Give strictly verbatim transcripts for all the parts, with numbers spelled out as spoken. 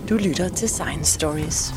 Du lytter til Science Stories.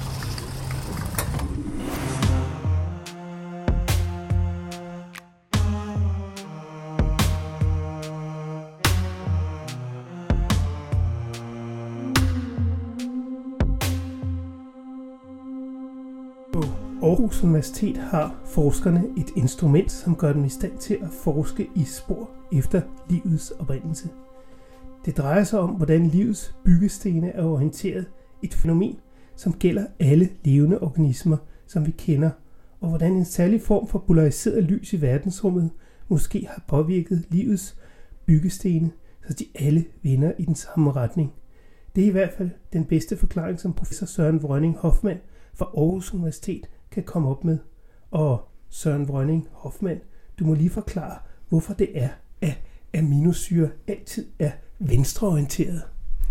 Aarhus Universitet har forskerne et instrument, som gør dem i stand til at forske i spor efter livets oprindelse. Det drejer sig om, hvordan livets byggestene er orienteret, et fænomen, som gælder alle levende organismer, som vi kender, og hvordan en særlig form for polariseret lys i verdensrummet måske har påvirket livets byggestene, så de alle vender i den samme retning. Det er i hvert fald den bedste forklaring, som professor Søren Vrønning-Hoffmann fra Aarhus Universitet kan komme op med. Og Søren Vrønning-Hoffmann, du må lige forklare, hvorfor det er, at aminosyre altid er venstreorienteret.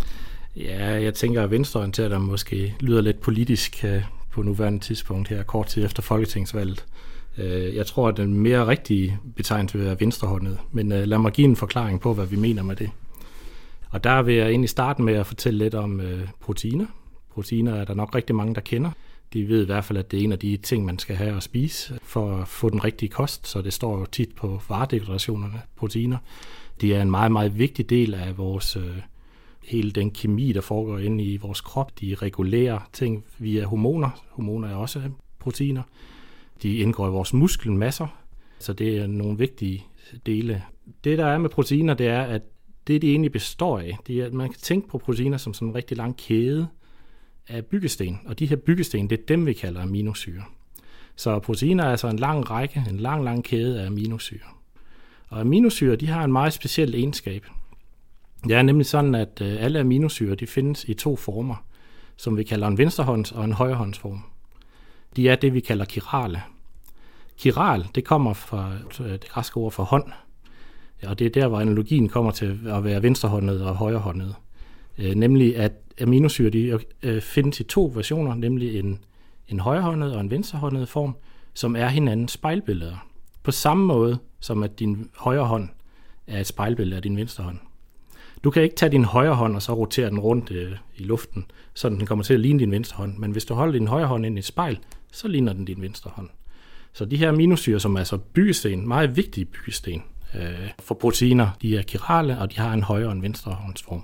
Ja, jeg tænker, at venstreorienteret måske lyder lidt politisk på nuværende tidspunkt her, kort tid efter folketingsvalget. Jeg tror, at den mere rigtige betegnelse vil være venstrehåndet, men lad mig give en forklaring på, hvad vi mener med det. Og der vil jeg egentlig starte med at fortælle lidt om proteiner. Proteiner er der nok rigtig mange, der kender. De ved i hvert fald, at det er en af de ting, man skal have at spise for at få den rigtige kost, så det står jo tit på varedeklarationerne, proteiner. De er en meget, meget vigtig del af vores, øh, hele den kemi, der foregår inde i vores krop. De regulerer ting via hormoner. Hormoner er også proteiner. De indgår i vores muskelmasser, så det er nogle vigtige dele. Det, der er med proteiner, det er, at det, de egentlig består af, det er, at man kan tænke på proteiner som sådan en rigtig lang kæde af byggesten, og de her byggesten, det er dem, vi kalder aminosyre. Så proteiner er altså en lang række, en lang, lang kæde af aminosyre. Og aminosyre, de har en meget speciel egenskab. Det er nemlig sådan, at alle aminosyre, de findes i to former, som vi kalder en venstrehånds- og en højrehåndsform. De er det, vi kalder chirale. Chiral, det kommer fra det græske ord for hånd, og det er der, hvor analogien kommer til at være venstrehåndet og højrehåndet. Nemlig at aminosyre de findes i to versioner, nemlig en, en højrehåndet og en venstrehåndet form, som er hinandens spejlbilleder. På samme måde som at din højre hånd er et spejlbillede af din venstre hånd. Du kan ikke tage din højre hånd og så rotere den rundt øh, i luften, så den kommer til at ligne din venstre hånd. Men hvis du holder din højre hånd ind i et spejl, så ligner den din venstre hånd. Så de her aminosyre, som er altså byggesten, meget vigtige byggesten øh, for proteiner, de er chirale, og de har en højre og en venstrehåndsform.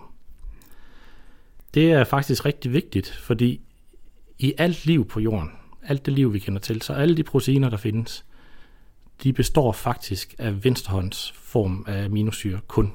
Det er faktisk rigtig vigtigt, fordi i alt liv på jorden, alt det liv, vi kender til, så alle de proteiner, der findes, de består faktisk af venstrehåndsform af aminosyre kun.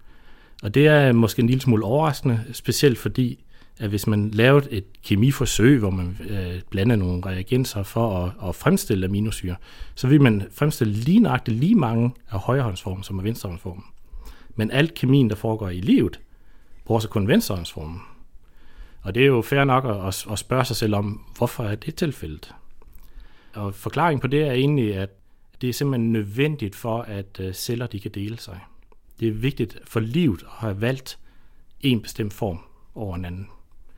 Og det er måske en lille smule overraskende, specielt fordi, at hvis man lavede et kemiforsøg, hvor man øh, blander nogle reagenser for at, at fremstille aminosyre, så vil man fremstille lige nøjagtigt lige mange af højrehåndsformen som af venstrehåndsformen. Men alt kemien, der foregår i livet, bruger så kun venstrehåndsformen. Og det er jo fair nok at, at spørge sig selv om, hvorfor er det tilfældet? Og forklaringen på det er egentlig, at det er simpelthen nødvendigt for, at celler de kan dele sig. Det er vigtigt for livet at have valgt en bestemt form over en anden.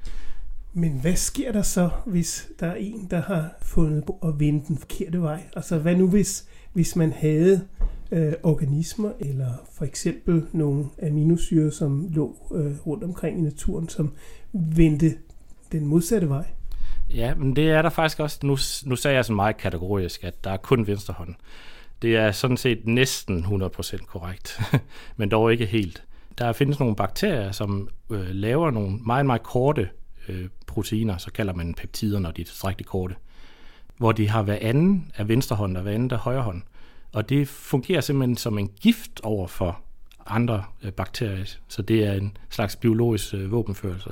Men hvad sker der så, hvis der er en, der har fundet på at vende den forkerte vej? Altså hvad nu, hvis, hvis man havde øh, organismer, eller for eksempel nogle aminosyre, som lå øh, rundt omkring i naturen, som vendte den modsatte vej? Ja, men det er der faktisk også. Nu, nu sagde jeg så meget kategorisk, at der er kun venstre hånd. Det er sådan set næsten hundrede procent korrekt, men dog ikke helt. Der findes nogle bakterier, som øh, laver nogle meget, meget korte øh, proteiner, så kalder man peptider, når de er tilstrækkeligt korte, hvor de har hver anden af venstre hånd og hver anden af højre hånd. Og det fungerer simpelthen som en gift over for andre øh, bakterier, så det er en slags biologisk øh, våbenførelse.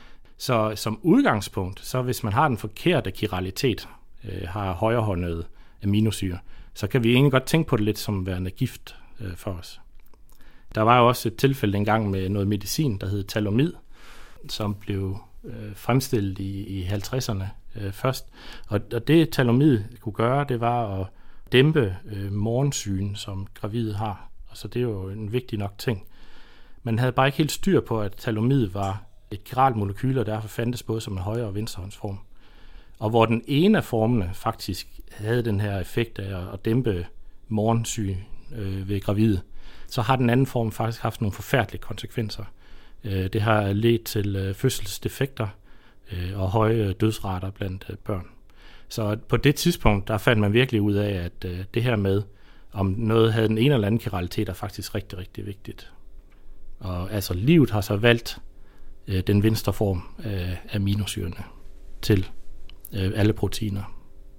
Så som udgangspunkt, så hvis man har den forkerte chiralitet, øh, har højrehåndede aminosyre, så kan vi egentlig godt tænke på det lidt som værende gift øh, for os. Der var jo også et tilfælde engang med noget medicin, der hed talomid, som blev øh, fremstillet i, i halvtredserne øh, først. Og, og det talomid kunne gøre, det var at dæmpe øh, morgensygen, som gravide har. Og så det er jo en vigtig nok ting. Man havde bare ikke helt styr på, at talomid var et chiralt molekyl, og derfor fandtes både som en højre- og venstrehåndsform. Og hvor den ene af formene faktisk havde den her effekt af at dæmpe morgensyge øh, ved gravide, så har den anden form faktisk haft nogle forfærdelige konsekvenser. Det har ledt til fødselsdefekter og høje dødsrater blandt børn. Så på det tidspunkt, der fandt man virkelig ud af, at det her med, om noget havde den ene eller anden kiralitet, er faktisk rigtig, rigtig vigtigt. Og altså livet har så valgt den venstre form af aminosyrene til alle proteiner.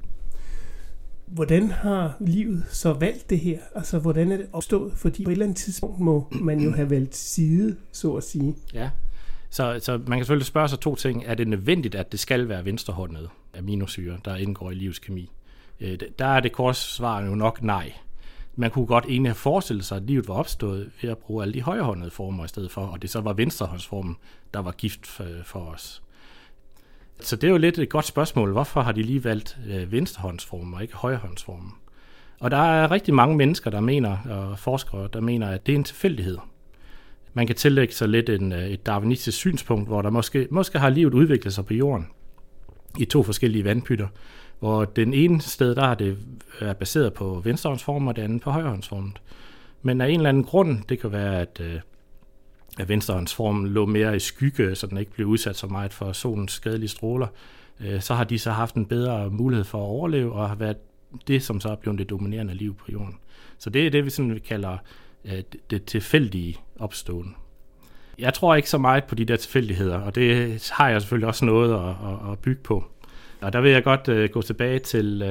Hvordan har livet så valgt det her? Altså, hvordan er det opstået? Fordi på et eller andet tidspunkt må man jo have valgt side, så at sige. Ja, så, så man kan selvfølgelig spørge sig to ting. Er det nødvendigt, at det skal være venstrehåndede aminosyre, der indgår i livets kemi? Der er det korte svar jo nok nej. Man kunne godt egentlig have forestillet sig, at livet var opstået ved at bruge alle de højrehåndede former i stedet for, og det så var venstrehåndsformen, der var gift for, for os. Så det er jo lidt et godt spørgsmål. Hvorfor har de lige valgt øh, venstrehåndsformen og ikke højrehåndsformen? Og der er rigtig mange mennesker, der mener, og forskere, der mener, at det er en tilfældighed. Man kan tillægge sig lidt en, et darwinistisk synspunkt, hvor der måske, måske har livet udviklet sig på jorden i to forskellige vandpytter, hvor den ene sted, der er det er baseret på venstrehåndsformen, og det andet på højrehåndsformen. Men af en eller anden grund, det kan være, at øh, at venstrehåndsformen lå mere i skygge, så den ikke blev udsat så meget for solens skadelige stråler, så har de så haft en bedre mulighed for at overleve, og har været det, som så er blevet det dominerende liv på jorden. Så det er det, vi sådan kalder det tilfældige opståen. Jeg tror ikke så meget på de der tilfældigheder, og det har jeg selvfølgelig også noget at, at bygge på. Og der vil jeg godt gå tilbage til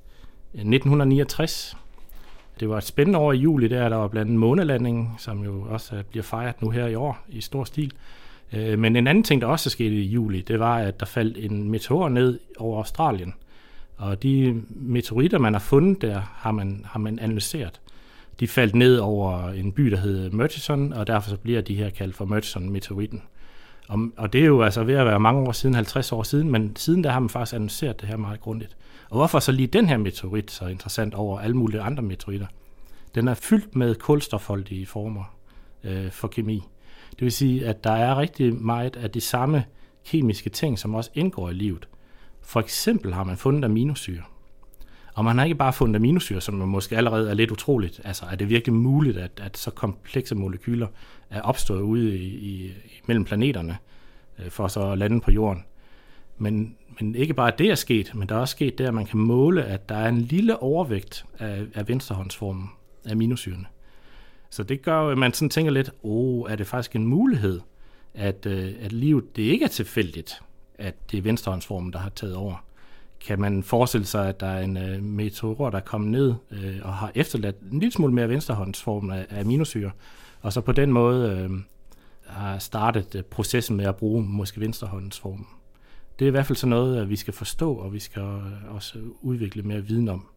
nitten niogtres. Det var et spændende år i juli, der, der var blandt andet månelandingen, som jo også bliver fejret nu her i år i stor stil. Men en anden ting, der også skete i juli, det var, at der faldt en meteor ned over Australien. Og de meteoritter, man har fundet der, har man, har man analyseret. De faldt ned over en by, der hed Murchison, og derfor så bliver de her kaldt for Murchison-meteoritten. Og, og det er jo altså ved at være mange år siden, halvtreds år siden, men siden der har man faktisk analyseret det her meget grundigt. Og hvorfor så lige den her meteorit så interessant over alle mulige andre meteoritter? Den er fyldt med kulstofholdige former øh, for kemi. Det vil sige, at der er rigtig meget af de samme kemiske ting, som også indgår i livet. For eksempel har man fundet aminosyre. Og man har ikke bare fundet aminosyre, som måske allerede er lidt utroligt. Altså er det virkelig muligt, at, at så komplekse molekyler er opstået ude i, i, mellem planeterne, øh, for så at lande på jorden. Men, men ikke bare det er sket, men der er også sket det, at man kan måle, at der er en lille overvægt af, af venstrehåndsformen af aminosyrene. Så det gør jo, at man sådan tænker lidt, åh, er det faktisk en mulighed, at, øh, at livet det ikke er tilfældigt, at det er venstrehåndsformen, der har taget over. Kan man forestille sig, at der er en øh, meteor, der er kommet ned øh, og har efterladt en lille smule mere venstrehåndsformen af, af aminosyre, og så på den måde øh, har startet øh, processen med at bruge måske venstrehåndsformen. Det er i hvert fald sådan noget, vi skal forstå, og vi skal også udvikle mere viden om.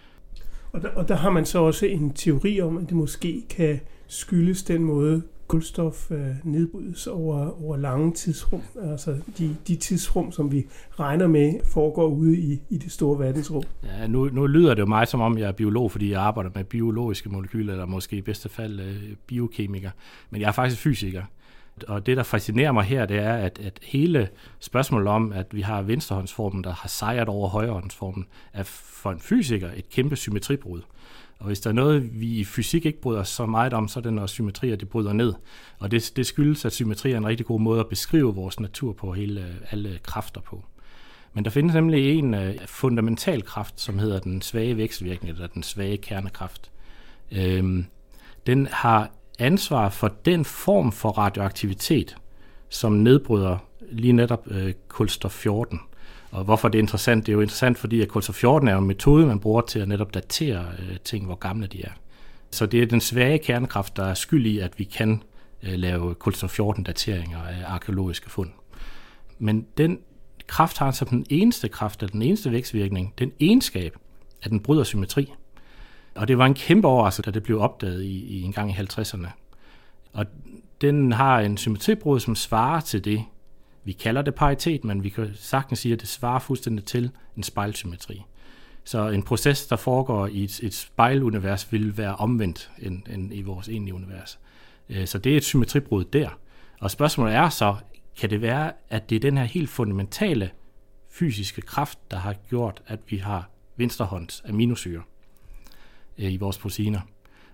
Og der, og der har man så også en teori om, at det måske kan skyldes den måde, kulstof øh, nedbrydes over, over lange tidsrum. Altså de, de tidsrum, som vi regner med, foregår ude i, i det store verdensrum. Ja, nu, nu lyder det jo meget som om, jeg er biolog, fordi jeg arbejder med biologiske molekyler, eller måske i bedste fald øh, biokemiker. Men jeg er faktisk fysiker. Og det, der fascinerer mig her, det er, at, at hele spørgsmålet om, at vi har venstrehåndsformen, der har sejret over højrehåndsformen, er for en fysiker et kæmpe symmetribrud. Og hvis der er noget, vi i fysik ikke bryder så meget om, så er det, når symmetrier de bryder ned. Og det, det skyldes, at symmetri er en rigtig god måde at beskrive vores natur på, hele, alle kræfter på. Men der findes nemlig en uh, fundamental kraft, som hedder den svage vekselvirkning, eller den svage kernekraft. Øhm, den har ansvar for den form for radioaktivitet, som nedbryder lige netop øh, kulstof fjorten. Og hvorfor det er interessant? Det er jo interessant, fordi at kulstof fjorten er en metode, man bruger til at netop datere øh, ting, hvor gamle de er. Så det er den svage kernekraft, der er skyld i, at vi kan øh, lave kulstof fjorten-dateringer af arkæologiske fund. Men den kraft har som den eneste kraft, eller den eneste vækstvirkning, den egenskab, at den bryder symmetri. Og det var en kæmpe overraskelse, da det blev opdaget i, i en gang i halvtredserne. Og den har en symmetribrud, som svarer til det, vi kalder det paritet, men vi kan sagtens sige, at det svarer fuldstændig til en spejlsymmetri. Så en proces, der foregår i et, et spejlunivers, vil være omvendt end, end i vores egentlige univers. Så det er et symmetribrud der. Og spørgsmålet er så, kan det være, at det er den her helt fundamentale fysiske kraft, der har gjort, at vi har venstrehånds aminosyre i vores proteiner.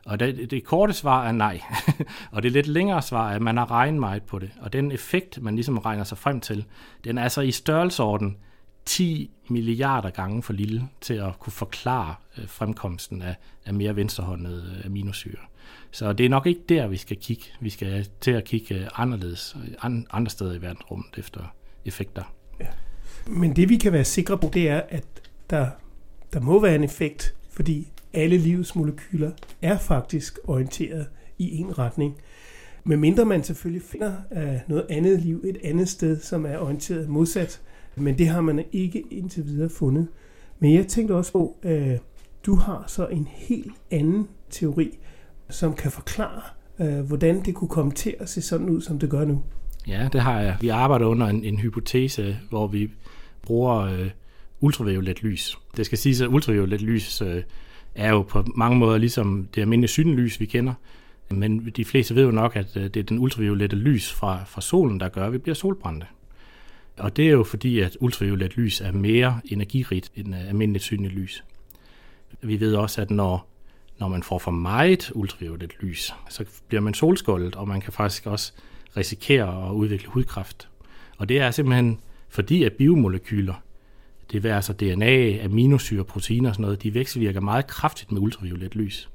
Og det, det korte svar er nej. Og det lidt længere svar er, at man har regnet meget på det. Og den effekt, man ligesom regner sig frem til, den er altså i størrelsesorden ti milliarder gange for lille til at kunne forklare fremkomsten af, af mere venstrehåndede aminosyrer. Så det er nok ikke der, vi skal kigge. Vi skal til at kigge anderledes andre steder i verdensrummet efter effekter. Ja. Men det vi kan være sikre på, det er, at der, der må være en effekt, fordi alle livets molekyler er faktisk orienteret i en retning. Medmindre man selvfølgelig finder noget andet liv et andet sted, som er orienteret modsat. Men det har man ikke indtil videre fundet. Men jeg tænkte også på, at du har så en helt anden teori, som kan forklare, hvordan det kunne komme til at se sådan ud, som det gør nu. Ja, det har jeg. Vi arbejder under en, en hypotese, hvor vi bruger øh, ultraviolet lys. Det skal siges, at ultraviolet lys øh, er jo på mange måder ligesom det almindelige synlys, vi kender. Men de fleste ved jo nok, at øh, det er den ultraviolette lys fra, fra solen, der gør, at vi bliver solbrændte. Og det er jo fordi, at ultraviolet lys er mere energirigt end almindeligt synligt lys. Vi ved også, at når, når man får for meget ultraviolet lys, så bliver man solskoldet, og man kan faktisk også risikere at udvikle hudkræft. Og det er simpelthen fordi, at biomolekyler, det vil altså D N A, aminosyre, proteiner og sådan noget, de vekselvirker meget kraftigt med ultraviolet lys.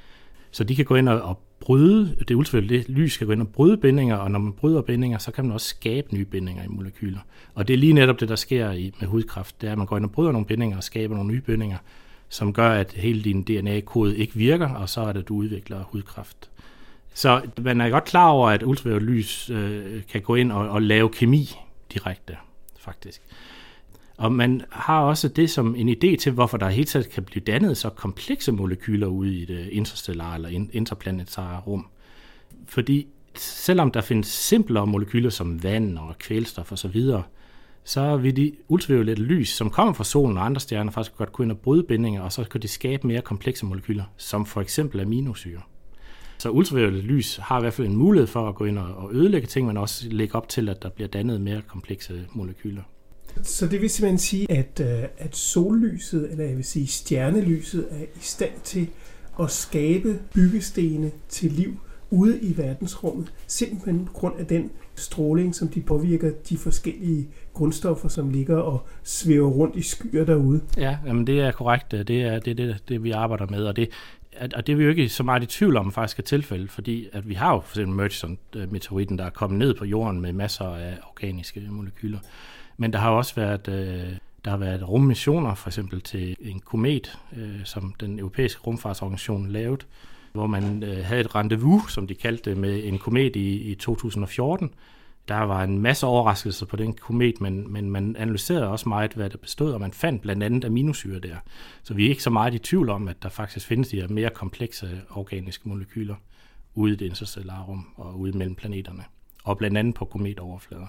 Så de kan gå ind og bryde, det ultraviolet lys kan gå ind og bryde bindinger, og når man bryder bindinger, så kan man også skabe nye bindinger i molekyler. Og det er lige netop det, der sker i, med hudkræft, det er, at man går ind og bryder nogle bindinger og skaber nogle nye bindinger, som gør, at hele din D N A-kode ikke virker, og så er det, at du udvikler hudkræft. Så man er godt klar over, at ultraviolet lys øh, kan gå ind og, og lave kemi direkte, faktisk. Og man har også det som en idé til, hvorfor der helt taget kan blive dannet så komplekse molekyler ude i det interstellare eller interplanetare rum. Fordi selvom der findes simplere molekyler som vand og kvælstof og så videre, så vil de ultraviolette lys, som kommer fra solen og andre stjerner, faktisk godt gå ind og bryde bindinger, og så kan de skabe mere komplekse molekyler, som for eksempel aminosyre. Så ultraviolet lys har i hvert fald en mulighed for at gå ind og ødelægge ting, men også lægge op til, at der bliver dannet mere komplekse molekyler. Så det vil simpelthen sige, at, at sollyset, eller jeg vil sige stjernelyset, er i stand til at skabe byggestene til liv ude i verdensrummet, simpelthen på grund af den stråling, som de påvirker de forskellige grundstoffer, som ligger og svæver rundt i skyer derude. Ja, jamen det er korrekt. Det er det, det, det vi arbejder med, og det, og det er vi jo ikke så meget i tvivl om faktisk er tilfældet, fordi at vi har jo for eksempel Murchison-meteoritten, der er kommet ned på jorden med masser af organiske molekyler. Men der har også været, øh, der har været rummissioner, for eksempel til en komet, øh, som den europæiske rumfartsorganisation lavede, hvor man øh, havde et rendezvous, som de kaldte det, med en komet i, i to tusind og fjorten. Der var en masse overraskelser på den komet, men, men man analyserede også meget, hvad det bestod, og man fandt blandt andet aminosyre der. Så vi er ikke så meget i tvivl om, at der faktisk findes de her mere komplekse organiske molekyler ude i det interstellare rum og ude mellem planeterne, og blandt andet på kometoverflader.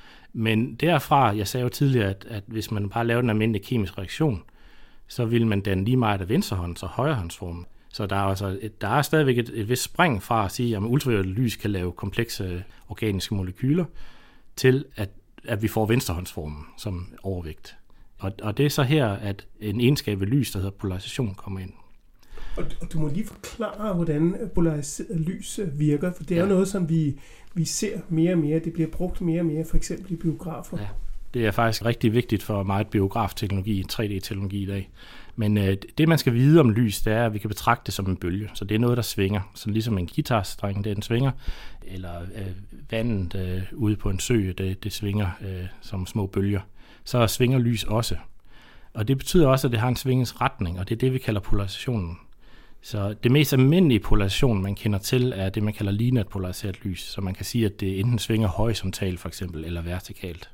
Men derfra, jeg sagde jo tidligere, at, at hvis man bare lavede en almindelig kemisk reaktion, så ville man danne lige meget af venstrehånds- og højrehåndsformen. Så der er, altså et, der er stadigvæk et, et vist spring fra at sige, at ultraviolet lys kan lave komplekse organiske molekyler, til at, at vi får venstrehåndsformen som overvægt. Og, og det er så her, at en egenskab ved lys, der hedder polarisation, kommer ind. Og, og du må lige forklare, hvordan polariseret lys virker, for det er ja. jo noget, som vi, vi ser mere og mere. Det bliver brugt mere og mere, for eksempel i biografer. Ja. Det er faktisk rigtig vigtigt for meget biografteknologi, tre D-teknologi i dag. Men øh, det, man skal vide om lys, det er, at vi kan betragte det som en bølge. Så det er noget, der svinger. Så ligesom en guitarstreng, det den svinger, eller øh, vandet øh, ude på en sø, det, det svinger øh, som små bølger. Så svinger lys også. Og det betyder også, at det har en svingesretning, og det er det, vi kalder polarisationen. Så det mest almindelige polarisation, man kender til, er det, man kalder lineært polariseret lys. Så man kan sige, at det enten svinger horisontalt for eksempel, eller vertikalt.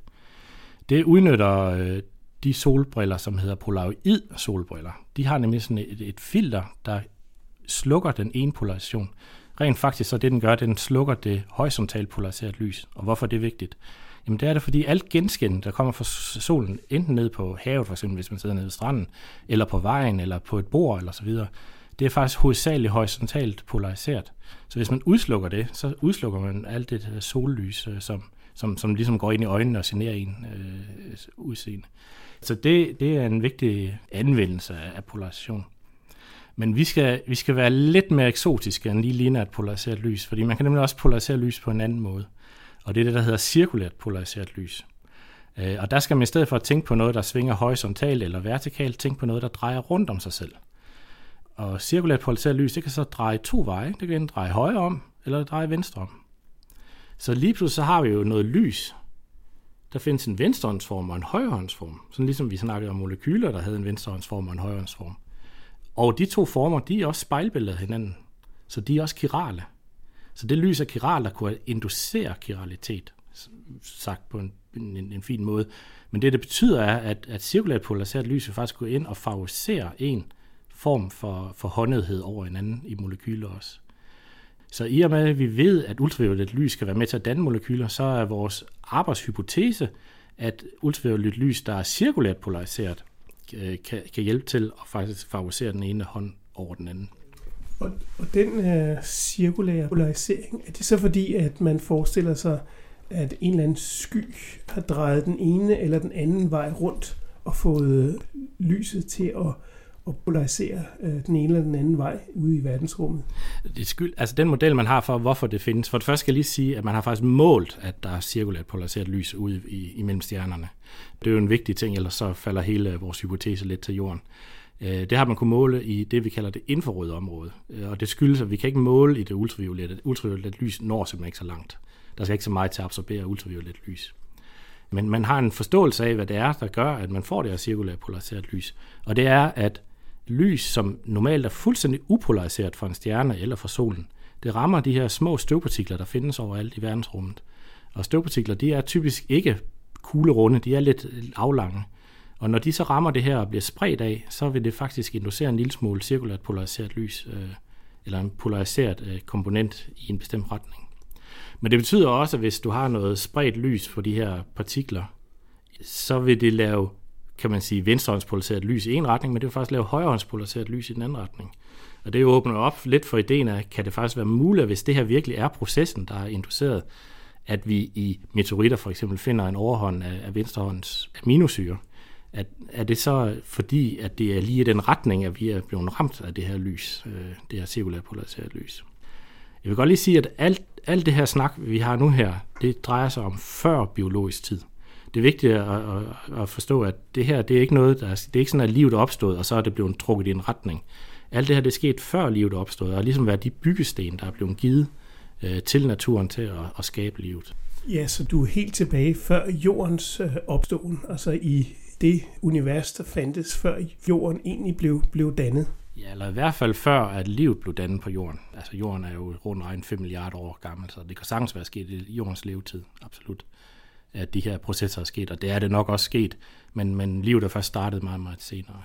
Det udnytter øh, de solbriller, som hedder polaroid-solbriller. De har nemlig sådan et, et filter, der slukker den ene polarisation. Rent faktisk så det, den gør, det den slukker det horisontalt polariseret lys. Og hvorfor er det vigtigt? Jamen det er det, fordi alt genskin, der kommer fra solen, enten ned på havet, for eksempel hvis man sidder nede ved stranden, eller på vejen, eller på et bord, eller så videre, det er faktisk hovedsageligt horisontalt polariseret. Så hvis man udslukker det, så udslukker man alt det sollys, som, som, som ligesom går ind i øjnene og generer en øh, udseende. Så det, det er en vigtig anvendelse af polarisation. Men vi skal, vi skal være lidt mere eksotiske end lige lineært polariseret lys, fordi man kan nemlig også polarisere lys på en anden måde. Og det er det, der hedder cirkulært polariseret lys. Og der skal man i stedet for at tænke på noget, der svinger horisontalt eller vertikalt, tænke på noget, der drejer rundt om sig selv. Og cirkulært polariseret lys, det kan så dreje to veje. Det kan enten dreje højre om, eller dreje venstre om. Så lige pludselig så har vi jo noget lys. Der findes en venstrehåndsform og en højrehåndsform. Sådan ligesom vi snakkede om molekyler, der havde en venstrehåndsform og en højrehåndsform. Og de to former, de er også spejlbilleder af hinanden. Så de er også kirale. Så det lys af kiral, der kunne inducere kiralitet, sagt på en, en, en fin måde. Men det, det betyder, er, at, at cirkulært polariseret lys vil faktisk gå ind og favorisere en form for, for håndethed over en anden i molekyler også. Så i og med, at vi ved, at ultraviolet lys skal være med til at danne molekyler, så er vores arbejdshypotese, at ultraviolet lys, der er cirkulært polariseret, kan, kan hjælpe til at faktisk favorisere den ene hånd over den anden. Og, og den uh, cirkulære polarisering, er det så fordi, at man forestiller sig, at en eller anden sky har drejet den ene eller den anden vej rundt og fået lyset til at og polarisere øh, den ene eller den anden vej ude i verdensrummet? Det er skyld, altså den model, man har for, hvorfor det findes. For det første skal jeg lige sige, at man har faktisk målt, at der er cirkulært polariseret lys ude i, imellem stjernerne. Det er jo en vigtig ting, ellers så falder hele vores hypotese lidt til jorden. Det har man kunnet måle i det, vi kalder det infrarøde område. Og det skyldes, at vi kan ikke måle i det ultraviolette. Ultraviolet lys når simpelthen ikke så langt. Der skal ikke så meget til at absorbere ultraviolet lys. Men man har en forståelse af, hvad det er, der gør, at man får det her cirkulært polariseret lys. Og det er, at lys, som normalt er fuldstændig upolariseret fra en stjerne eller fra solen, det rammer de her små støvpartikler, der findes overalt i verdensrummet. Og støvpartikler, de er typisk ikke kuglerunde, de er lidt aflange. Og når de så rammer det her og bliver spredt af, så vil det faktisk inducere en lille smule cirkulært polariseret lys, øh, eller en polariseret øh, komponent i en bestemt retning. Men det betyder også, at hvis du har noget spredt lys på de her partikler, så vil det lave, kan man sige, venstrehåndspolariseret lys i en retning, men det vil faktisk lave højrehåndspolariseret lys i den anden retning. Og det åbner op lidt for ideen af, kan det faktisk være muligt, hvis det her virkelig er processen, der er induceret, at vi i meteoritter for eksempel finder en overhånd af, af venstrehånds aminosyre. At, er det så fordi, at det er lige i den retning, at vi er blevet ramt af det her lys, øh, det her cirkulært polariseret lys? Jeg vil godt lige sige, at alt, alt det her snak, vi har nu her, det drejer sig om før biologisk tid. Det er vigtigt at, at, at forstå, at det her, det er ikke noget, der er, det er ikke sådan, at livet er opstået, og så er det blevet trukket i en retning. Alt det her, det er sket før livet er opstået, og ligesom været de byggesten, der er blevet givet øh, til naturen til at, at skabe livet. Ja, så du er helt tilbage før jordens øh, opståen, altså i det univers, der fandtes, før jorden egentlig blev, blev dannet. Ja, eller i hvert fald før, at livet blev dannet på jorden. Altså jorden er jo rundt regnet fem milliarder år gammel, så det kan sagtens være sket i jordens levetid, absolut, at de her processer er sket, og det er det nok også sket, men, men livet er først startet meget, meget senere.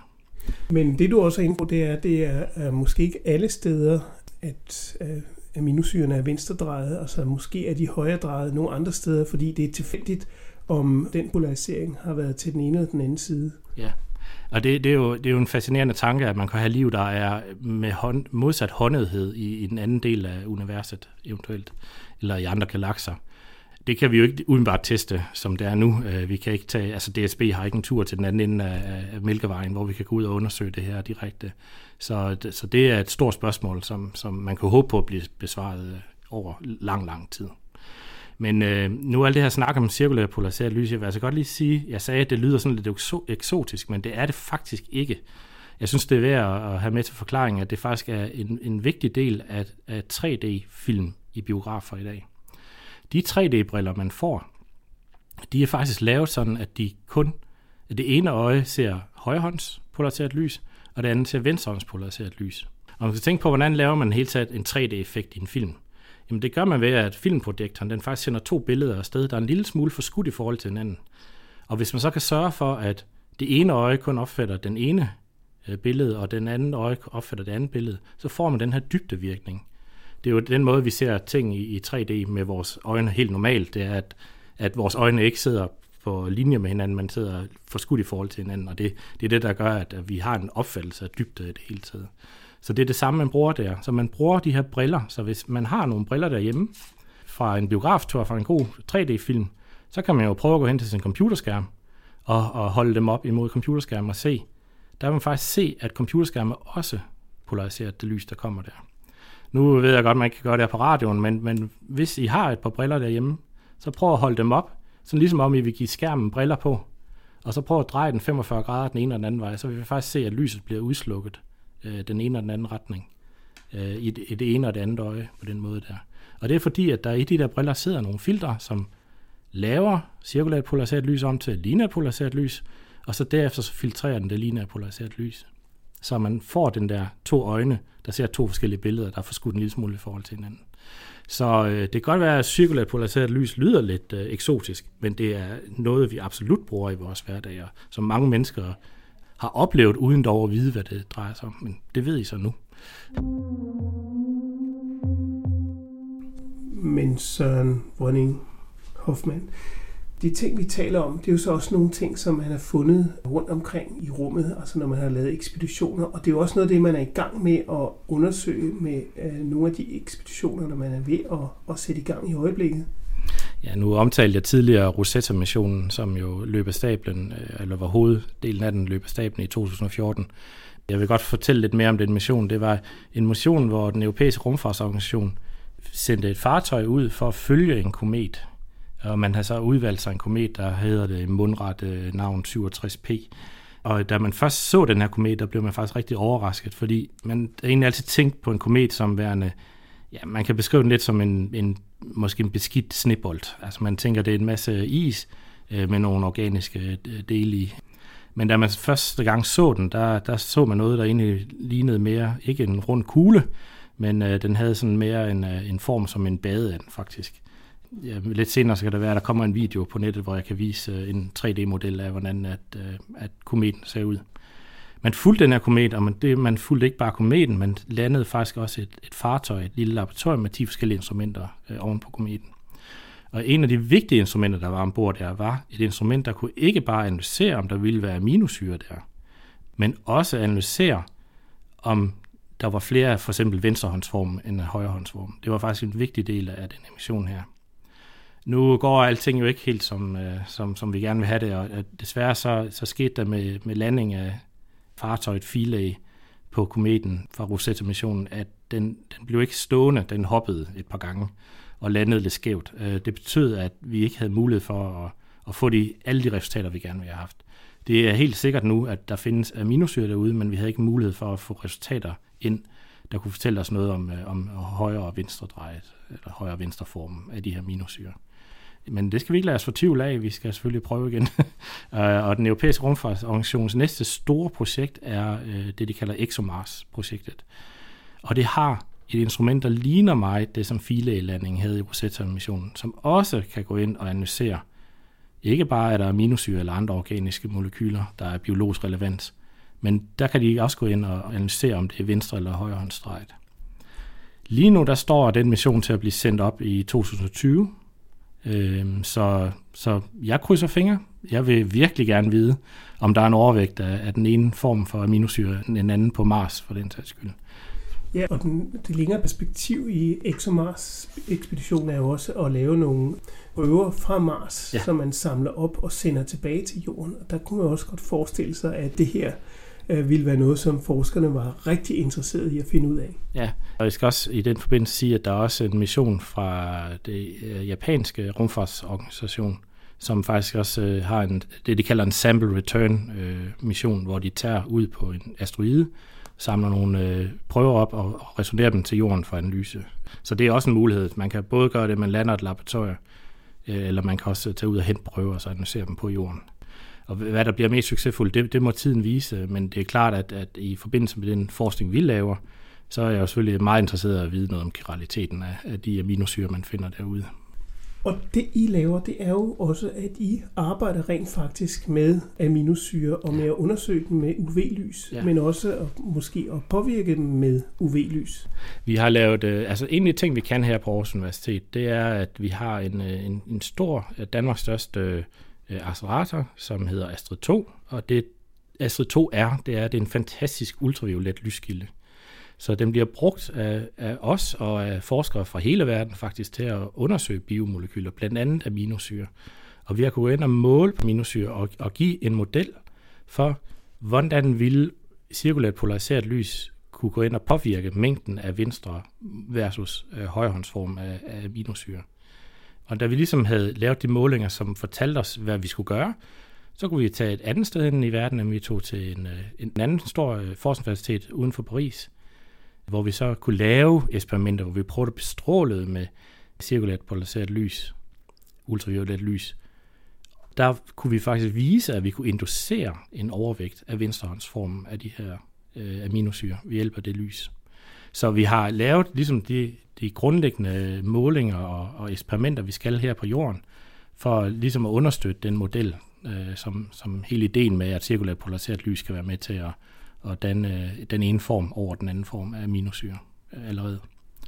Men det du også er inde på, det er, det er, er måske ikke alle steder, at uh, aminosyrene er venstredrejet, altså måske er de højredrejet nogle andre steder, fordi det er tilfældigt, om den polarisering har været til den ene eller den anden side. Ja, og det, det, er jo, det er jo en fascinerende tanke, at man kan have liv, der er med hånd, modsat håndethed i, i den anden del af universet eventuelt, eller i andre galakser. Det kan vi jo ikke udenbart teste, som det er nu. Vi kan ikke tage, altså D S B har ikke en tur til den anden ende af Mælkevejen, hvor vi kan gå ud og undersøge det her direkte. Så, så det er et stort spørgsmål, som, som man kan håbe på at blive besvaret over lang, lang tid. Men øh, nu er alt det her snak om cirkulært polariseret lys, jeg vil altså godt lige sige, jeg sagde, at det lyder sådan lidt eksotisk, men det er det faktisk ikke. Jeg synes, det er værd at have med til forklaringen, at det faktisk er en, en vigtig del af, af tre D-film i biografer i dag. De tre D-briller, man får, de er faktisk lavet sådan, at de kun, at det ene øje ser højrehånds polariseret lys, og det andet ser venstrehånds polariseret lys. Og man skal tænke på, hvordan laver man helt taget en tre D-effekt i en film. Jamen det gør man ved, at filmprojektoren den faktisk sender to billeder afsted, der er en lille smule forskudt i forhold til hinanden. Og hvis man så kan sørge for, at det ene øje kun opfatter den ene billede, og den anden øje opfatter det andet billede, så får man den her dybdevirkning. Det er jo den måde, vi ser ting i, i tre D med vores øjne helt normalt, det er, at, at vores øjne ikke sidder på linje med hinanden, man sidder forskudt i forhold til hinanden, og det, det er det, der gør, at, at vi har en opfattelse af dybde i det hele taget. Så det er det samme, man bruger der. Så man bruger de her briller, så hvis man har nogle briller derhjemme, fra en biograftur, fra en god tre D-film, så kan man jo prøve at gå hen til sin computerskærm, og, og holde dem op imod computerskærmen og se. Der vil man faktisk se, at computerskærmen også polariseret det lys, der kommer der. Nu ved jeg godt, at man ikke kan gøre det her på radioen, men, men hvis I har et par briller derhjemme, så prøv at holde dem op, sådan ligesom om I vil give skærmen briller på, og så prøv at dreje den femogfyrre grader den ene og den anden vej, så vil vi faktisk se, at lyset bliver udslukket øh, den ene og den anden retning, øh, i, det, i det ene og det andet øje på den måde der. Og det er fordi, at der i de der briller sidder nogle filtre, som laver cirkulært polariseret lys om til lineært polariseret lys, og så derefter så filtrerer den det lineært polariseret lys. Så man får den der to øjne, der ser to forskellige billeder, der er forskudt en lille smule i forhold til hinanden. Så øh, det kan godt være, at cirkulært polariseret lys lyder lidt øh, eksotisk, men det er noget, vi absolut bruger i vores hverdag, og som mange mennesker har oplevet, uden dog at vide, hvad det drejer sig om. Men det ved I så nu. Men Søren Vrønning-Hoffmann, de ting, vi taler om, det er jo så også nogle ting, som man har fundet rundt omkring i rummet, altså når man har lavet ekspeditioner, og det er jo også noget af det, man er i gang med at undersøge med øh, nogle af de ekspeditioner, der man er ved at, at sætte i gang i øjeblikket. Ja, nu omtalte jeg tidligere Rosetta-missionen, som jo løb af stablen, eller var hoveddelen af den løb af stablen i to tusind og fjorten. Jeg vil godt fortælle lidt mere om den mission. Det var en mission, hvor den europæiske rumfartsorganisation sendte et fartøj ud for at følge en komet. Og man har så udvalgt sig en komet, der hedder det mundret navn syvogtres P. Og da man først så den her komet, der blev man faktisk rigtig overrasket, fordi man egentlig altid tænkt på en komet som værende, ja, man kan beskrive den lidt som en, en måske en beskidt snebold. Altså man tænker, det er en masse is øh, med nogle organiske dele i. Men da man første gang så den, der, der så man noget, der egentlig lignede mere, ikke en rund kugle, men øh, den havde sådan mere en, øh, en form som en badeand faktisk. Ja, lidt senere så kan det være, at der kommer en video på nettet, hvor jeg kan vise en tre D-model af, hvordan at, at kometen ser ud. Man fulgte den her komet, og man, det, man fulgte ikke bare kometen, man landede faktisk også et, et fartøj, et lille laboratorium med ti forskellige instrumenter øh, oven på kometen. Og en af de vigtige instrumenter, der var ombord der, var et instrument, der kunne ikke bare analysere, om der ville være aminosyre der, men også analysere, om der var flere for eksempel venstrehåndsform end højrehåndsform. Det var faktisk en vigtig del af den emission her. Nu går alting jo ikke helt, som, øh, som, som vi gerne vil have det, og desværre så, så skete der med, med landing af fartøjet Philae på kometen fra Rosetta-missionen, at den, den blev ikke stående, den hoppede et par gange og landede lidt skævt. Det betød, at vi ikke havde mulighed for at, at få de, alle de resultater, vi gerne ville have haft. Det er helt sikkert nu, at der findes aminosyre derude, men vi havde ikke mulighed for at få resultater ind, der kunne fortælle os noget om, om højre og venstre drejet, eller højre og venstre form af de her aminosyre. Men det skal vi ikke lade os fortvivle af, vi skal selvfølgelig prøve igen. Og den europæiske rumfartsorganisations næste store projekt er det, de kalder ExoMars-projektet. Og det har et instrument, der ligner meget det, som Philae-landingen havde i Rosetta-missionen, som også kan gå ind og analysere. Ikke bare er der aminosyre eller andre organiske molekyler, der er biologisk relevans, men der kan de også gå ind og analysere, om det er venstre eller højrehåndsdrejet. Lige nu der står den mission til at blive sendt op i to tusind og tyve, Så, så jeg krydser fingre. Jeg vil virkelig gerne vide, om der er en overvægt af, af den ene form for aminosyre, en anden på Mars for den sags skyld. Ja, og den, det længere perspektiv i ExoMars-ekspeditionen er jo også at lave nogle prøver fra Mars, ja, som man samler op og sender tilbage til Jorden. Og der kunne man også godt forestille sig, at det her øh, ville være noget, som forskerne var rigtig interesserede i at finde ud af. Ja, og jeg skal også i den forbindelse sige, at der er også en mission fra det øh, japanske rumfartsorganisation, som faktisk også øh, har en, det, de kalder en sample return øh, mission, hvor de tager ud på en asteroide, samler nogle øh, prøver op og, og returnerer dem til Jorden for analyse. Så det er også en mulighed. Man kan både gøre det, man lander et laboratorium, øh, eller man kan også tage ud og hente prøver og så analysere dem på Jorden. Og hvad der bliver mest succesfuldt, det, det må tiden vise, men det er klart, at, at i forbindelse med den forskning, vi laver, så er jeg jo selvfølgelig meget interesseret i at vide noget om kiraliteten af, af de aminosyre, man finder derude. Og det I laver, det er jo også, at I arbejder rent faktisk med aminosyre og med at undersøge dem med U V-lys, ja, men også at, måske at påvirke dem med U V-lys. Vi har lavet, altså en af de ting, vi kan her på Aarhus Universitet, det er, at vi har en, en, en stor, Danmarks største accelerator, som hedder Astrid to, og det Astrid to er, det er, det er en fantastisk ultraviolet lyskilde. Så den bliver brugt af, af os og af forskere fra hele verden faktisk til at undersøge biomolekyler, blandt andet aminosyre. Og vi har kunnet gå ind og måle på aminosyre og, og give en model for, hvordan ville cirkulært polariseret lys kunne gå ind og påvirke mængden af venstre versus øh, højrehåndsform af, af aminosyre. Og da vi ligesom havde lavet de målinger, som fortalte os, hvad vi skulle gøre, så kunne vi tage et andet sted hen i verden, end vi tog til en, en anden stor forskningsfacilitet uden for Paris, hvor vi så kunne lave eksperimenter, hvor vi prøvede at bestråle med cirkulært polariseret lys, ultraviolet lys. Der kunne vi faktisk vise, at vi kunne inducere en overvægt af venstrehåndsformen af de her øh, aminosyre ved hjælp af det lys. Så vi har lavet ligesom de, de grundlæggende målinger og, og eksperimenter, vi skal her på jorden, for ligesom at understøtte den model, øh, som, som hele ideen med, at cirkulært polariseret lys kan være med til at, at danne den ene form over den anden form af aminosyre allerede.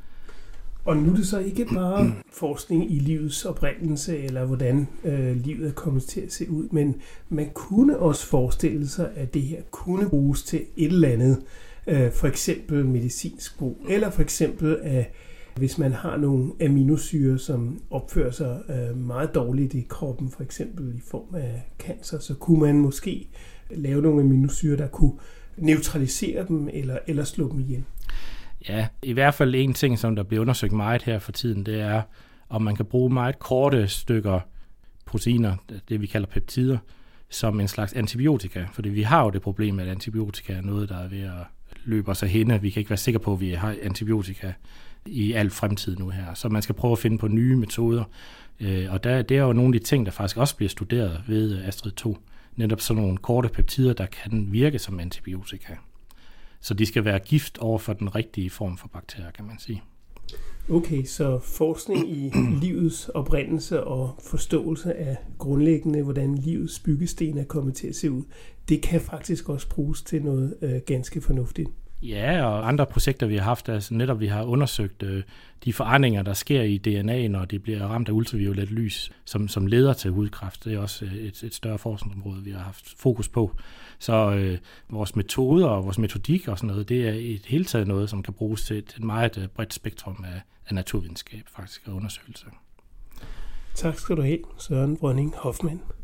Og nu er det så ikke bare forskning i livets oprindelse, eller hvordan øh, livet er kommet til at se ud, men man kunne også forestille sig, at det her kunne bruges til et eller andet, øh, for eksempel medicinsk brug, eller for eksempel, at hvis man har nogle aminosyre, som opfører sig øh, meget dårligt i kroppen, for eksempel i form af cancer, så kunne man måske lave nogle aminosyre, der kunne neutralisere dem, eller, eller slå dem ihjel. Ja, i hvert fald en ting, som der bliver undersøgt meget her for tiden, det er, om man kan bruge meget korte stykker proteiner, det vi kalder peptider, som en slags antibiotika. Fordi vi har jo det problem, at antibiotika er noget, der er ved at løbe os af hende. Vi kan ikke være sikre på, at vi har antibiotika i al fremtid nu her. Så man skal prøve at finde på nye metoder. Og der, det er jo nogle af de ting, der faktisk også bliver studeret ved Astrid to. Netop sådan nogle korte peptider, der kan virke som antibiotika. Så de skal være gift over for den rigtige form for bakterier, kan man sige. Okay, så forskning i livets oprindelse og forståelse af grundlæggende, hvordan livets byggesten er kommet til at se ud, det kan faktisk også bruges til noget øh, ganske fornuftigt. Ja, og andre projekter, vi har haft, altså netop vi har undersøgt øh, de forandringer, der sker i D N A, når de bliver ramt af ultraviolet lys, som, som leder til hudkræft. Det er også et, et større forskningsområde, vi har haft fokus på. Så øh, vores metoder og vores metodik og sådan noget, det er i det hele taget noget, som kan bruges til et meget bredt spektrum af, af naturvidenskab faktisk og undersøgelser. Tak skal du have, Søren Brønding Hoffmann.